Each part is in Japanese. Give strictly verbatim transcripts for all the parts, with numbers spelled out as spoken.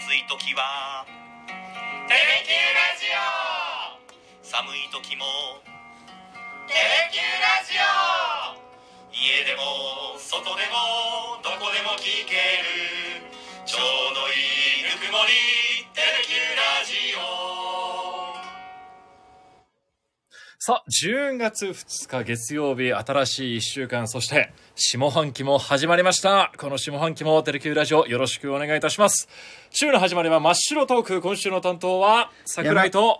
い時はテレキューラジオ、寒い時もテレキューラジオ、家でも外でもどこでも聞けるちょうどいいぬくもりテレキューラジオ。 さあじゅうがつふつか月曜日、新しいいっしゅうかん、そして下半期も始まりました。この下半期もテレキューラジオよろしくお願いいたします。週の始まりは真っ白トーク。今週の担当は桜井と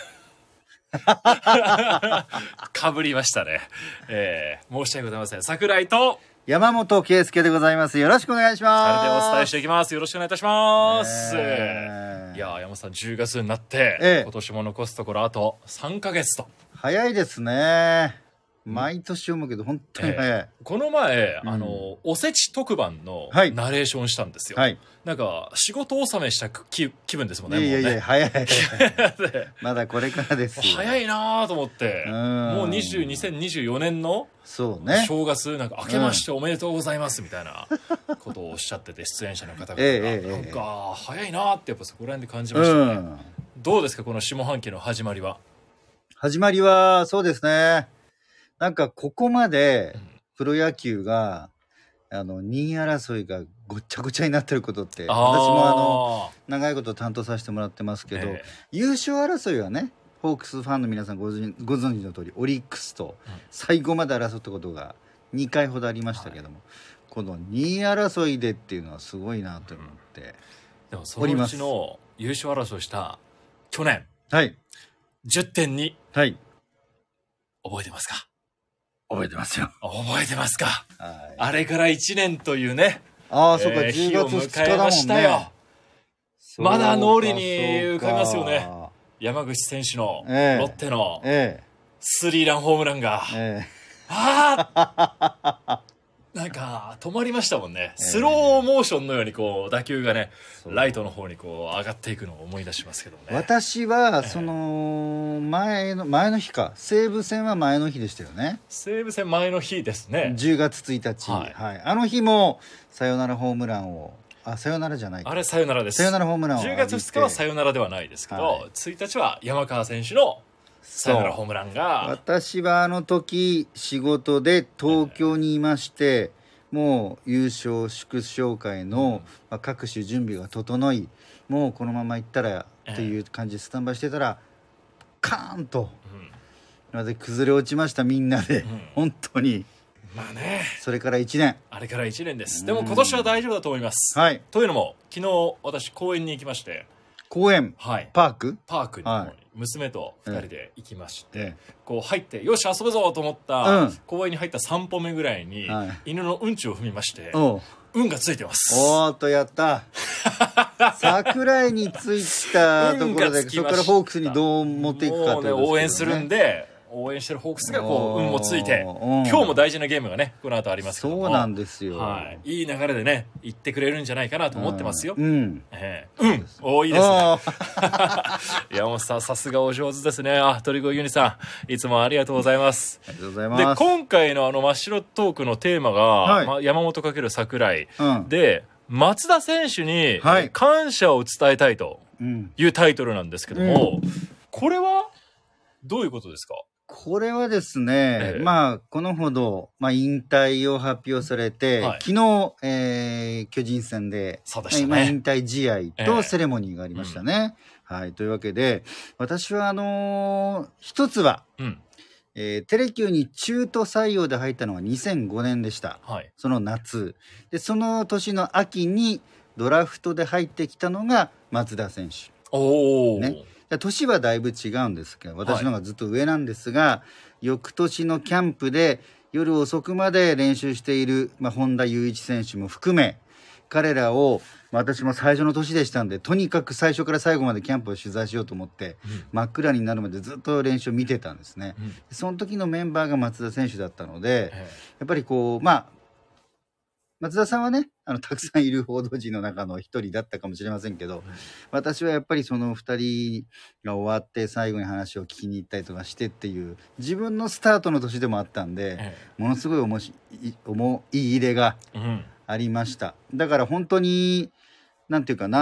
かぶりましたね、えー、申し訳ございません。桜井と山本圭介でございます。よろしくお願いします。 あれでお伝えしていきます。よろしくお願いいたします、 えー、 いや山本さんじゅうがつになって、えー、今年も残すところあとさんかげつと早いですね。毎年思うけど本当に早い、えー、この前、うん、あのおせち特番のナレーションしたんですよ、はい、なんか仕事納めした気分ですもんね。 いやいやいや、 もうね早いまだこれからですよ。 早いなと思って、うん、もうにじゅうにせんにじゅうよねんのそうね、 正月なんか明けましておめでとうございますみたいなことをおっしゃってて出演者の方々が、 ええ、 なんか早いなってやっぱそこら辺で感じましたね、うん、どうですかこの下半期の始まりは。 始まりはそうですね、なんかここまでプロ野球が、うん、あのにい争いがごっちゃごちゃになってることって、私もあの長いこと担当させてもらってますけど、えー、優勝争いはね、ホークスファンの皆さんご存知、ご存知の通りオリックスと最後まで争ったことがにかいほどありましたけども、はい、このにい争いでっていうのはすごいなと思っております。 でもそのうちの優勝争いした去年、 はい、 じゅってんに、 はい、 覚えてますか？ 覚えてますよ。 覚えてますか？ はい、 あれからいちねんというね、 ああ、そうか、 えー、 じゅうがつふつかだもんね。 日を迎えましたよ。まだ脳裏に浮かびますよね。山口選手のロッテのスリーランホームランが、ええ、ああなんか止まりましたもんね、えー、スローモーションのようにこう打球がねライトの方にこう上がっていくのを思い出しますけどね。 私はその前の前の日か、西武戦は前の日でしたよね。 西武戦前の日ですね、 じゅうがつついたち、はいはい、あの日もサヨナラホームランを、あ、サヨナラじゃないか、 あれサヨナラです。 サヨナラホームランをじゅうがつふつかはサヨナラではないですけど、はい、ついたちは山川選手のサヨナラホームランが。 私はあの時仕事で東京にいまして、えー、もう優勝祝勝会の、うんまあ、各種準備が整い、もうこのままいったらっていう感じでスタンバイしてたら、えー、カーンと、うん、なぜ崩れ落ちました、みんなで、うん、本当に。 まあね、 それからいちねん、 あれからいちねんです。でも今年は大丈夫だと思います、 はい、 というのも昨日私公園に行きまして。 公園、 はい、 パークパークに娘とふたりで行きまして、 ええ、 こう入ってよし遊ぶぞと思った、うん、公園に入ったさんぽめぐらいに、はい、犬のうんちを踏みまして、運がついてます。 おーっとやった桜井についたところでそこからホークスにどう持っていくかってことですけどね。 応援するんで、応援してるホークスがこう運もついて、今日も大事なゲームがねこの後ありますけども、 そうなんですよ、 はい、いい流れでね行ってくれるんじゃないかなと思ってますよ。 うん、 えー、うんおいいですね山本さんさすがお上手ですね。あ、鳥越ユニさんいつもありがとうございます。 ありがとうございます。 で今回のあの真っ白トークのテーマが、はい、ま、山本×桜井、うん、で松田選手に感謝を伝えたいというタイトルなんですけども、うん、これはどういうことですか？ これはですね、ええ、まあこのほど、まあ、引退を発表されて、はい、昨日、えー、巨人戦で、 そうでしたね、 まあ、引退試合とセレモニーがありましたね、えうんはい、というわけで私はあのー、一つは、うんえー、テレキューに中途採用で入ったのはにせんごねんでした、はい、その夏で、その年の秋にドラフトで入ってきたのが松田選手。 おー、 ね、年はだいぶ違うんですけど、私の方がずっと上なんですが、はい、翌年のキャンプで夜遅くまで練習している、まあ、本田雄一選手も含め彼らを、私も最初の年でしたんで、とにかく最初から最後までキャンプを取材しようと思って、うん、真っ暗になるまでずっと練習を見てたんですね、うん、その時のメンバーが松田選手だったので、やっぱりこうまあ松田さんはね、あのたくさんいる報道陣の中の一人だったかもしれませんけど、うん、私はやっぱりその二人が終わって最後に話を聞きに行ったりとかしてっていう自分のスタートの年でもあったんで、ええ、ものすごい思い思い入れがありました、うん、だから本当になんていうかな、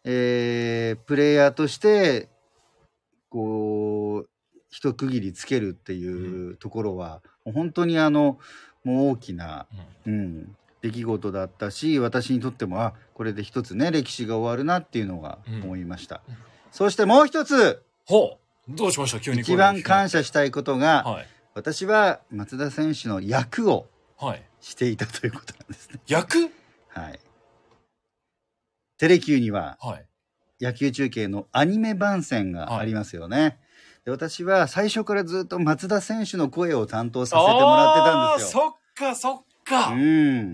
えー、プレイヤーとしてこう一区切りつけるっていうところは、うん、本当にあのもう大きな、うんうん、出来事だったし、私にとってもあこれで一つね歴史が終わるなっていうのが思いました、うん、そしてもう一つ、 ほうどうしました急に一番感謝したいことが、はい、私は松田選手の役をしていたということなんですね。 役？ はい。テレキューには、はい、野球中継のアニメ番宣がありますよね、はい、で私は最初からずっと松田選手の声を担当させてもらってたんですよ。 そっかそっか、うん、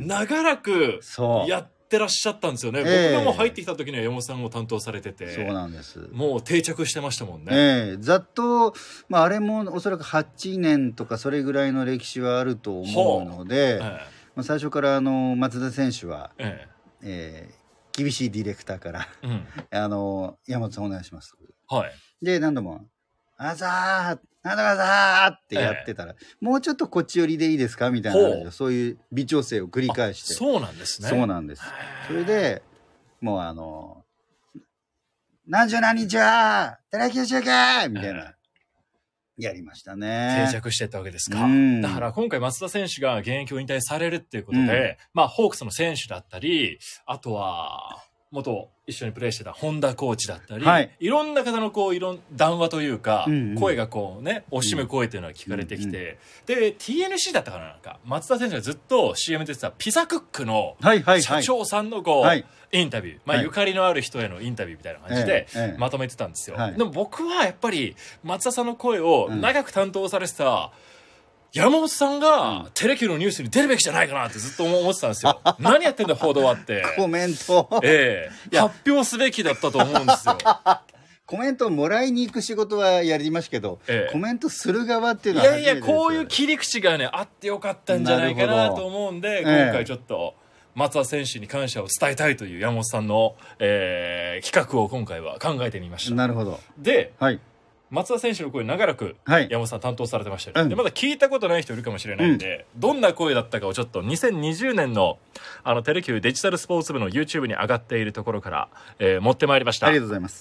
長らくやってらっしゃったんですよね、えー、僕がもう入ってきた時には山本さんも担当されてて、 そうなんです、 もう定着してましたもんね、 えー、ざっと、まあ、あれもおそらくはちねんとかそれぐらいの歴史はあると思うので、えーまあ、最初からあの松田選手は、えーえー厳しいディレクターから、うん、あの山本さんお願いします、はい、で何度も「あざーなんだかざー」ってやってたら、ええ、もうちょっとこっち寄りでいいですかみたいな、そういう微調整を繰り返して、 そうなんですね。 そうなんです。それでもうあの何十何日はテレキュー中継みたいな、えやりましたね。 定着していったわけですか。だから今回松田選手が現役を引退されるっていうことで、うん、まあホークスの選手だったり、あとは元一緒にプレーしてた本田コーチだったり、はい、いろんな方のこういろん談話というか、うんうん、声がこうね惜しむ声というのが聞かれてきて、うんうん、で ティーエヌシー だったかな、なんか松田選手がずっと シーエム で出てたピザクックの社長さんのこう、はいはいはいインタビュー、まあ、ゆかりのある人へのインタビューみたいな感じでまとめてたんですよ、ええええ、でも僕はやっぱり松田さんの声を長く担当されてた山本さんがテレキューのニュースに出るべきじゃないかなってずっと思ってたんですよ何やってんだ報道はってコメント、 ええ、発表すべきだったと思うんですよコメントをもらいに行く仕事はやりますけど、ええ、コメントする側っていうのは初めてですよ。 いやいやこういう切り口がねあってよかったんじゃないかなと思うんで、今回ちょっと松田選手に感謝を伝えたいという山本さんの、えー、企画を今回は考えてみました。 なるほど。 で、はい、松田選手の声長らく山本さん担当されてましたよね、はい、でまだ聞いたことない人いるかもしれないんで、うん、どんな声だったかをちょっとにせんにじゅうねんのあのテレキューデジタルスポーツ部の YouTube に上がっているところから、えー、持ってまいりました。 ありがとうございます。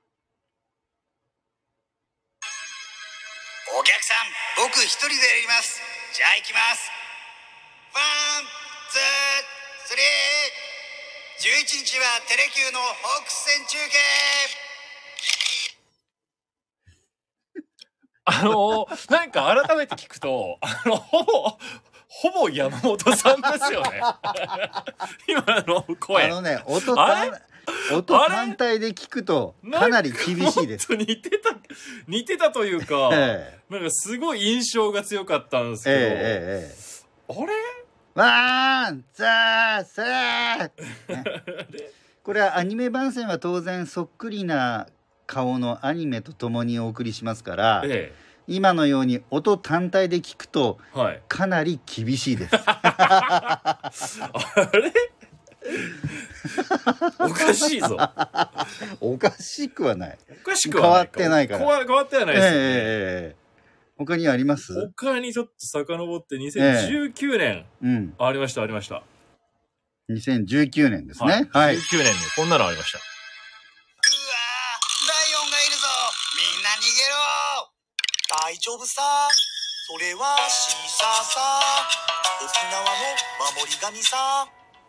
お客さん僕一人でやります。じゃあ行きます。ワンツースリーじゅういちにちはテレキューのホークス戦中継あのー、なんか改めて聞くとあのほぼほぼ山本さんですよね今の声あのね音単音単体で聞くとかなり厳しいです。 似てた似てたというか、ええ、なんかすごい印象が強かったんですけど、ええええ、あれワンツースリー、ね、これはアニメ番宣は当然そっくりな顔のアニメとともにお送りしますから、ええ、今のように音単体で聞くとかなり厳しいです、 はい、あれおかしいぞおかしくはないおかしくはない変わってないから変わってはないですよね、 えー他にあります？ 他にちょっと遡ってにせんじゅうきゅうねん、ええ、うん、ありましたありましたにせんじゅうきゅうねんですね、 はい、じゅうきゅうねんにこんなのありました。うわーライオンがいるぞみんな逃げろ大丈夫さそれはシーサーさ沖縄の守り神さ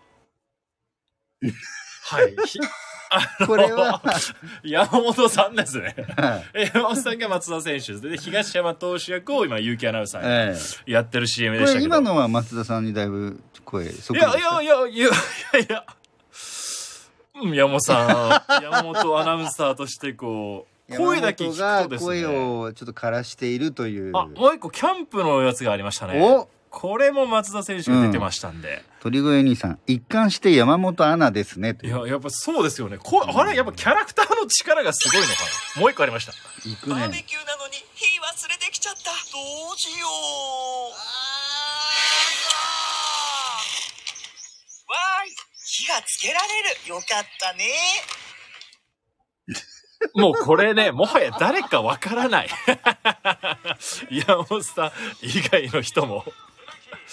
はいこれは山本さんですね、はい、山本さんが松田選手で東山投手役を今結城アナウンサーがやってる シーエム でしたけど、 これ今のは松田さんにだいぶ声そっくりですか？いやいやいやいやいや山本さん山本アナウンサーとしてこう声だけ聞くとですね、 声をちょっと枯らしているという。 あ、もう一個キャンプのやつがありましたね。おこれも松田選手が出てましたんで、うん、 鳥越兄さん一貫して山本アナですね。 いややっぱそうですよね。こあれやっぱキャラクターの力がすごいのかな。もう一個ありました。 行くね。 バーベキューなのに火忘れてきちゃった。どうしよう。わーい火がつけられる。よかったね。 もうこれね、もはや誰かわからない山本さん以外の人も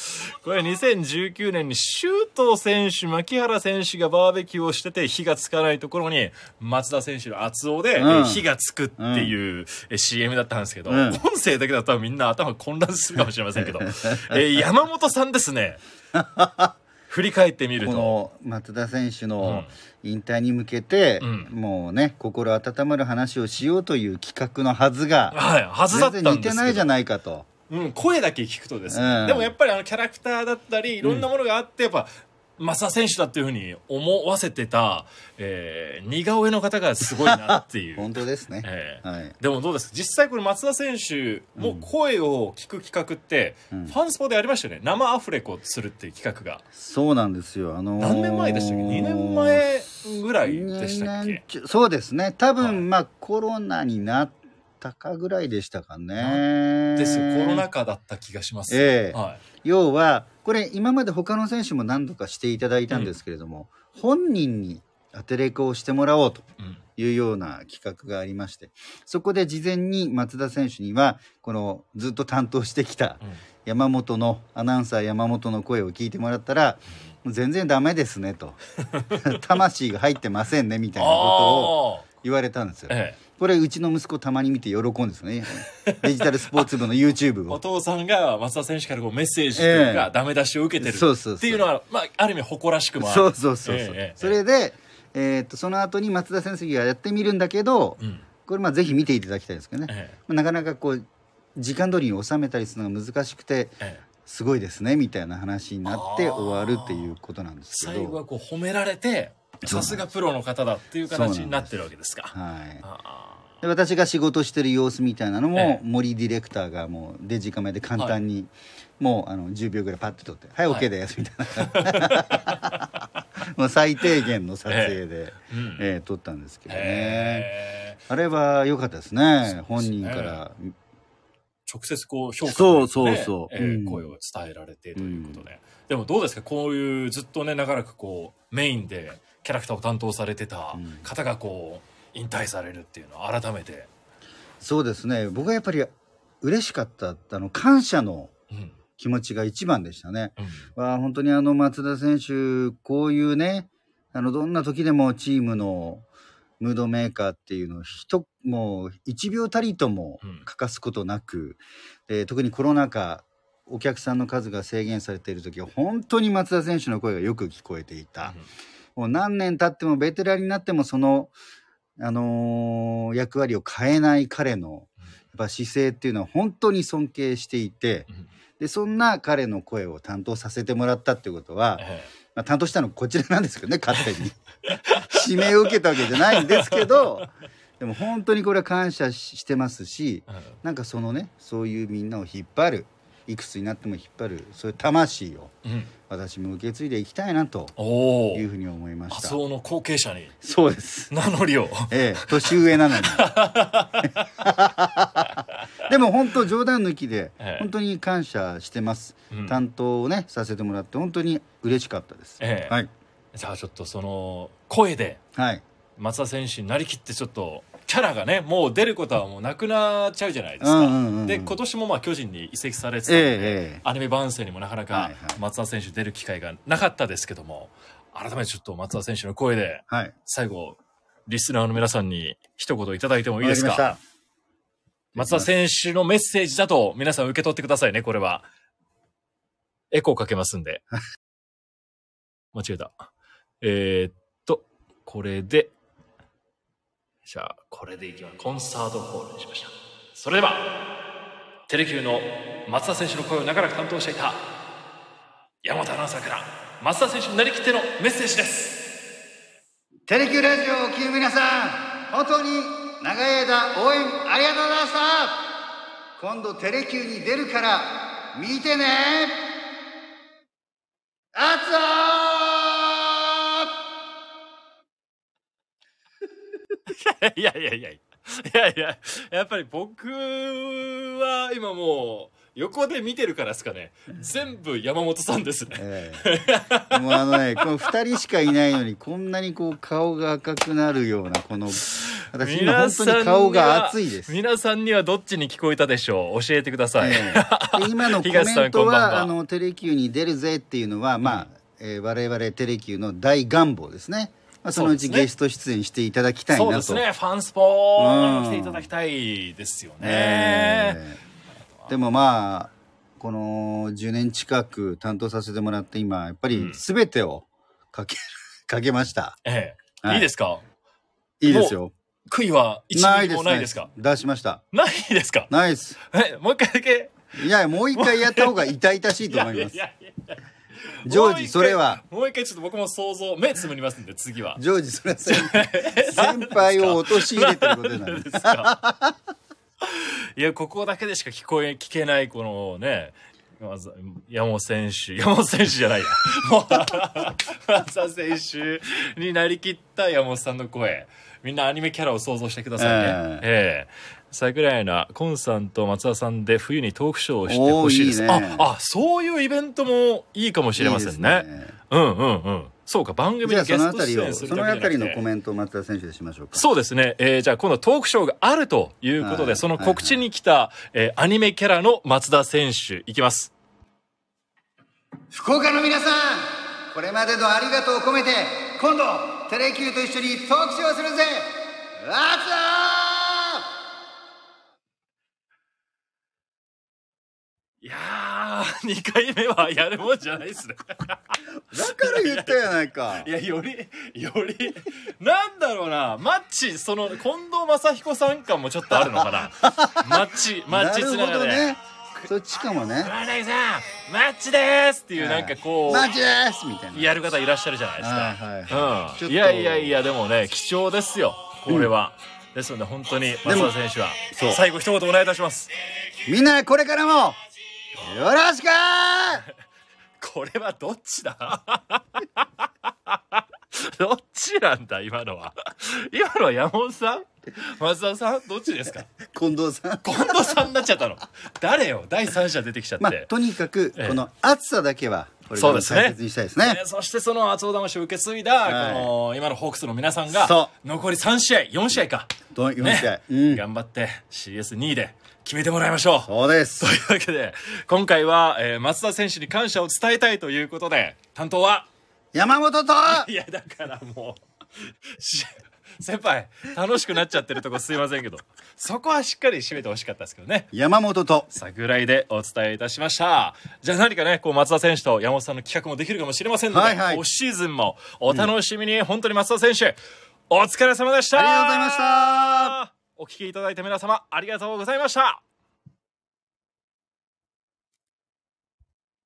これにせんじゅうきゅうねんに周東選手牧原選手がバーベキューをしてて火がつかないところに松田選手の熱男で、うん、火がつくっていう、うん、シーエム だったんですけど、うん、音声だけだとみんな頭混乱するかもしれませんけど、えー、山本さんですね振り返ってみるとこの松田選手の引退に向けて、うん、もうね心温まる話をしようという企画のはずが、 はい、はずだったんですけど全然似てないじゃないかと、 うん、声だけ聞くとですね、うん、でもやっぱりあのキャラクターだったりいろんなものがあってやっぱ松田選手だっていうふうに思わせてた、えー、似顔絵の方がすごいなっていう本当ですね、 えーはい、でもどうですか実際これ松田選手も声を聞く企画って、うん、ファンスポでありましたよね生アフレコをするっていう企画がそうなんですよ、あのー、 何年前でしたっけにねんまえぐらいでしたっけそうですね多分、はい、まあコロナになったかぐらいでしたかねですよコロナ禍だった気がします、 えーはい、要はこれ今まで他の選手も何度かしていただいたんですけれども、うん、本人にアテレコをしてもらおうというような企画がありまして、そこで事前に松田選手にはこのずっと担当してきた山本のアナウンサー山本の声を聞いてもらったら、うん、全然ダメですねと魂が入ってませんねみたいなことを言われたんですよ、ええ、これうちの息子たまに見て喜んでですねデジタルスポーツ部の YouTube をお父さんが松田選手からこうメッセージというか、えー、ダメ出しを受けてるっていうのは、まあ、ある意味誇らしくもあるそうそうそうそう、えー、それで、えー、っとその後に松田先生がやってみるんだけど、うん、これまあぜひ見ていただきたいですけどね、えー、なかなかこう時間通りに収めたりするのが難しくて、えーすごいですねみたいな話になって終わるっていうことなんですけど、 最後はこう褒められてさすがプロの方だっていう形になってるわけですか。 はい、あで私が仕事してる様子みたいなのも、ええ、森ディレクターがもうデジカメで簡単に、はい、もうあのじゅうびょうぐらいパッと撮って「はい、はい、OK です」みたいなもう最低限の撮影で、ええうんえー、撮ったんですけどね、えー、あれは良かったですね、本人から。 直接こう評価そうそうそう、 えーうん、声を伝えられてということで、うん、でもどうですかこういうずっとね長らくこうメインでキャラクターを担当されてた方がこう引退されるっていうのは改めて、 そうですね僕はやっぱり嬉しかったあの感謝の気持ちが一番でしたね、うん、わ本当にあの松田選手こういうねあのどんな時でもチームのムードメーカーっていうのを一もう一秒たりとも欠かすことなく、うん、特にコロナ禍お客さんの数が制限されている時は本当に松田選手の声がよく聞こえていた、うん、もう何年経ってもベテランになってもその、あのー、役割を変えない彼のやっぱ姿勢っていうのは本当に尊敬していて、うん、でそんな彼の声を担当させてもらったっていうことは、ええまあ、担当したのはこちらなんですけどね勝手に指名を受けたわけじゃないんですけどでも本当にこれは感謝してますし、うん、なんかそのねそういうみんなを引っ張るいくつになっても引っ張るそういう魂を私も受け継いでいきたいなというふうに思いました。 麻生の後継者にそうです名乗りを、 ええ、年上なのにでも本当冗談抜きで本当に感謝してます、ええ、担当をねさせてもらって本当に嬉しかったです、ええはい、 じゃあちょっとその声で松田選手になりきってちょっとキャラがねもう出ることはもうなくなっちゃうじゃないですか、うんうんうん、で今年もまあ巨人に移籍されてたので、ええ、アニメ番宣にもなかなか松田選手出る機会がなかったですけども、改めてちょっと松田選手の声で最後リスナーの皆さんに一言いただいてもいいですか。松田選手のメッセージだと皆さん受け取ってくださいね。これはエコーかけますんで間違えた。えー、っとこれでじゃあこれでいきます。コンサートホールにしました。それではテレキューの松田選手の声を長らく担当していた山本アナウンサーから松田選手になりきってのメッセージです。 テレキューラジオを聴く皆さん本当に長い間応援ありがとうございました。今度テレキューに出るから見てね。あつおいやいやいやいやいやいややっぱり僕は今もう横で見てるからですかね。全部山本さんですね、ええ、もうあのねこのふたりしかいないのにこんなにこう顔が赤くなるようなこの私今本当に顔が熱いです。 皆さんにはどっちに聞こえたでしょう、教えてください。 えー、で今のコメントはあのテレキューに出るぜっていうのは、まあ、えー、我々テレキューの大願望ですね。まあ、そのうちゲスト出演していただきたいなと。 そうですね、ファンスポー来ていただきたいですよね。えー、でもまあこのじゅうねん近く担当させてもらって今やっぱり全てをかけ、かけました。 ええ、はい、いいですか？ いいですよ。 悔いは一ミリもないですか？ 出しました。 ないですか？ ないです。 え、もう一回だけ。 いや、もう一回やった方が痛々しいと思います。いやいやいやジョージ、それは。 もう一回ちょっと僕も想像、目つむりますんで、次は。 ジョージ、それは先輩を陥れてることなんですか。 いや、ここだけでしか聞こえ、聞けない、このね、まず山本選手、山本選手じゃないや。もう、松田選手になりきった山本さんの声。みんなアニメキャラを想像してくださいね。えー、えー桜井なコンさんと松田さんで冬にトークショーをしてほしいです。いいね、ああ、そういうイベントもいいかもしれませんね。いいですね。うんうんうん。そうか、番組にゲスト出演するだけじゃなくて、そのあたりのコメントを松田選手でしましょうか。そうですね。えー、じゃあ今度トークショーがあるということで、その告知に来た、はいはい、えー、アニメキャラの松田選手いきます。 福岡の皆さん、これまでのありがとうを込めて、今度テレキューと一緒にトークショーするぜ。あつーいやー、にかいめはやるもんじゃないっすね。だから言ったやないか。 いや、より、より、なんだろうな、マッチ、その、近藤正彦さん感もちょっとあるのかな。マッチ、マッチつながりで。ね。 そっちかもね。 熊谷さん、マッチでーすっていう、なんかこう、 マッチでーすみたいな。 やる方いらっしゃるじゃないですか。 はいはい。 うん。いやいやいや、でもね、貴重ですよ、これは。うん、ですので、本当に、松田選手は、最後一言お願いいたします。 みんな、これからも、よろしくーこれはどっちだどっちなんだ今のは。今のは山本さん松田さんどっちですか？ 近藤さん近藤さんになっちゃったの。誰よ、第三者出てきちゃって、まあ、 とにかくこの熱さだけはこれから大切にしたいですね。そうですね、えー、そしてその熱男魂を受け継いだ、はい、この今のホークスの皆さんが残りさんしあいよんしあいかよん試合、 ね、うん、頑張って シーエスに 位で決めてもらいましょう。 そうです。 というわけで今回は、えー、松田選手に感謝を伝えたいということで、担当は山本といやだからもう先輩楽しくなっちゃってるとこすいませんけど、そこはしっかり締めてほしかったですけどね。 山本と桜井でお伝えいたしました。じゃあ何かね、こう松田選手と山本さんの企画もできるかもしれませんので、はいはい、オフシーズンもお楽しみに、うん、本当に松田選手お疲れ様でした。 ありがとうございました。 お聞きいただいた皆様ありがとうございました。